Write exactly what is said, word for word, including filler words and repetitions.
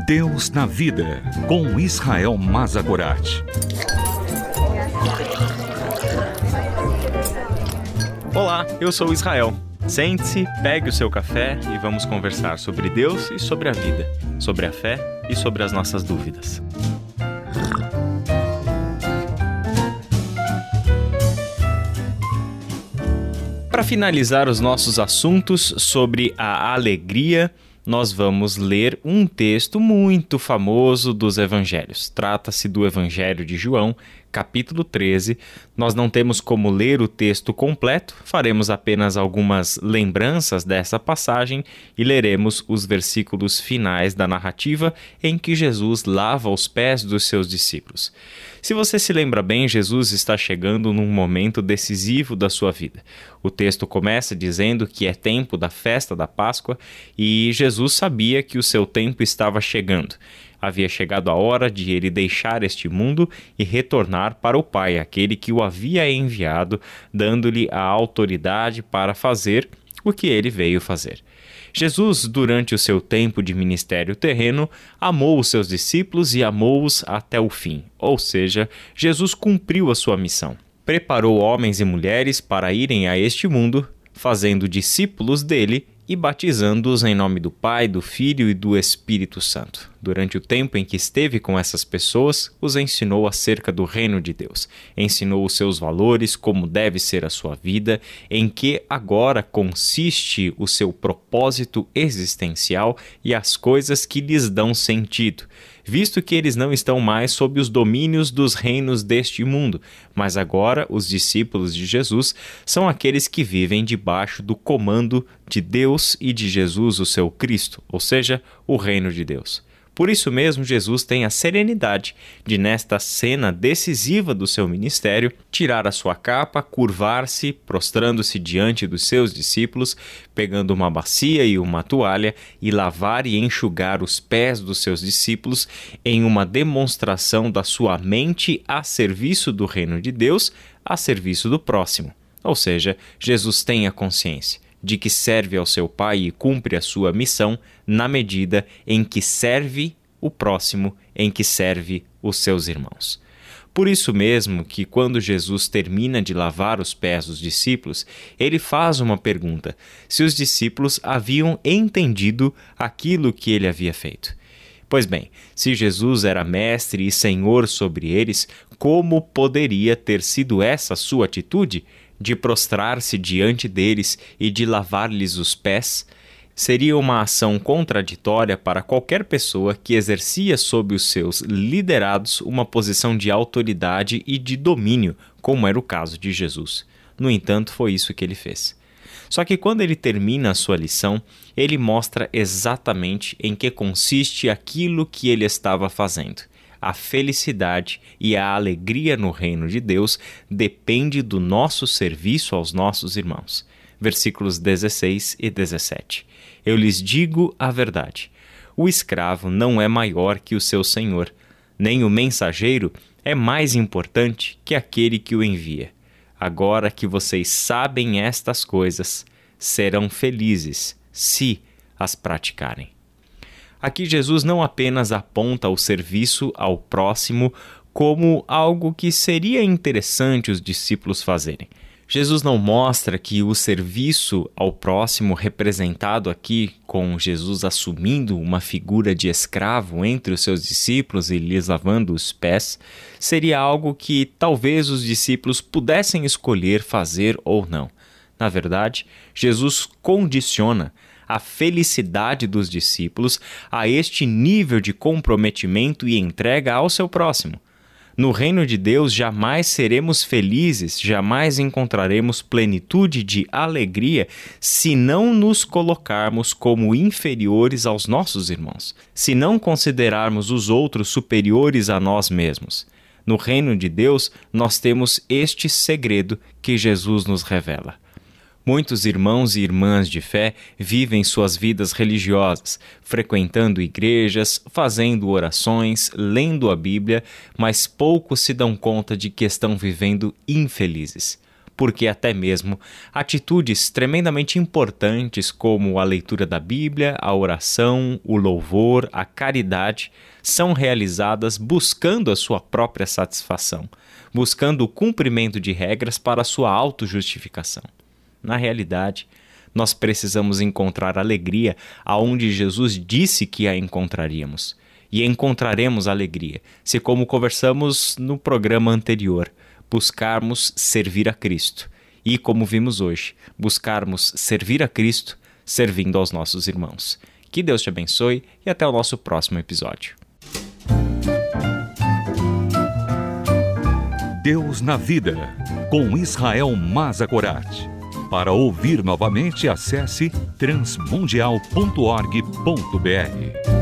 Deus na Vida, com Israel Mazagorat. Olá, eu sou Israel. Sente-se, pegue o seu café e vamos conversar sobre Deus e sobre a vida, sobre a fé e sobre as nossas dúvidas. Para finalizar os nossos assuntos sobre a alegria, nós vamos ler um texto muito famoso dos evangelhos. Trata-se do Evangelho de João, capítulo treze. Nós não temos como ler o texto completo, faremos apenas algumas lembranças dessa passagem e leremos os versículos finais da narrativa em que Jesus lava os pés dos seus discípulos. Se você se lembra bem, Jesus está chegando num momento decisivo da sua vida. O texto começa dizendo que é tempo da festa da Páscoa e Jesus sabia que o seu tempo estava chegando. Havia chegado a hora de ele deixar este mundo e retornar para o Pai, aquele que o havia enviado, dando-lhe a autoridade para fazer o que ele veio fazer. Jesus, durante o seu tempo de ministério terreno, amou os seus discípulos e amou-os até o fim. Ou seja, Jesus cumpriu a sua missão. Preparou homens e mulheres para irem a este mundo, fazendo discípulos dele e batizando-os em nome do Pai, do Filho e do Espírito Santo. Durante o tempo em que esteve com essas pessoas, os ensinou acerca do reino de Deus. Ensinou os seus valores, como deve ser a sua vida, em que agora consiste o seu propósito existencial e as coisas que lhes dão sentido, visto que eles não estão mais sob os domínios dos reinos deste mundo, mas agora os discípulos de Jesus são aqueles que vivem debaixo do comando de Deus e de Jesus, o seu Cristo, ou seja, o reino de Deus. Por isso mesmo, Jesus tem a serenidade de, nesta cena decisiva do seu ministério, tirar a sua capa, curvar-se, prostrando-se diante dos seus discípulos, pegando uma bacia e uma toalha e lavar e enxugar os pés dos seus discípulos em uma demonstração da sua mente a serviço do reino de Deus, a serviço do próximo. Ou seja, Jesus tem a consciência de que serve ao seu Pai e cumpre a sua missão na medida em que serve o próximo, em que serve os seus irmãos. Por isso mesmo que quando Jesus termina de lavar os pés dos discípulos, ele faz uma pergunta: se os discípulos haviam entendido aquilo que ele havia feito. Pois bem, se Jesus era mestre e senhor sobre eles, como poderia ter sido essa sua atitude de prostrar-se diante deles e de lavar-lhes os pés? Seria uma ação contraditória para qualquer pessoa que exercia sob os seus liderados uma posição de autoridade e de domínio, como era o caso de Jesus. No entanto, foi isso que ele fez. Só que quando ele termina a sua lição, ele mostra exatamente em que consiste aquilo que ele estava fazendo. A felicidade e a alegria no reino de Deus depende do nosso serviço aos nossos irmãos. Versículos dezesseis e dezessete. Eu lhes digo a verdade. O escravo não é maior que o seu senhor, nem o mensageiro é mais importante que aquele que o envia. Agora que vocês sabem estas coisas, serão felizes se as praticarem. Aqui Jesus não apenas aponta o serviço ao próximo como algo que seria interessante os discípulos fazerem. Jesus não mostra que o serviço ao próximo, representado aqui com Jesus assumindo uma figura de escravo entre os seus discípulos e lhes lavando os pés, seria algo que talvez os discípulos pudessem escolher fazer ou não. Na verdade, Jesus condiciona a felicidade dos discípulos a este nível de comprometimento e entrega ao seu próximo. No reino de Deus jamais seremos felizes, jamais encontraremos plenitude de alegria se não nos colocarmos como inferiores aos nossos irmãos, se não considerarmos os outros superiores a nós mesmos. No reino de Deus, nós temos este segredo que Jesus nos revela. Muitos irmãos e irmãs de fé vivem suas vidas religiosas, frequentando igrejas, fazendo orações, lendo a Bíblia, mas poucos se dão conta de que estão vivendo infelizes. porque até mesmo atitudes tremendamente importantes como a leitura da Bíblia, a oração, o louvor, a caridade são realizadas buscando a sua própria satisfação, buscando o cumprimento de regras para a sua autojustificação. Na realidade, nós precisamos encontrar alegria aonde Jesus disse que a encontraríamos. E encontraremos alegria se, como conversamos no programa anterior, buscarmos servir a Cristo. E, como vimos hoje, buscarmos servir a Cristo servindo aos nossos irmãos. Que Deus te abençoe e até o nosso próximo episódio. Deus na Vida, com Israel Mazagorat. Para ouvir novamente, acesse transmundial ponto org ponto br.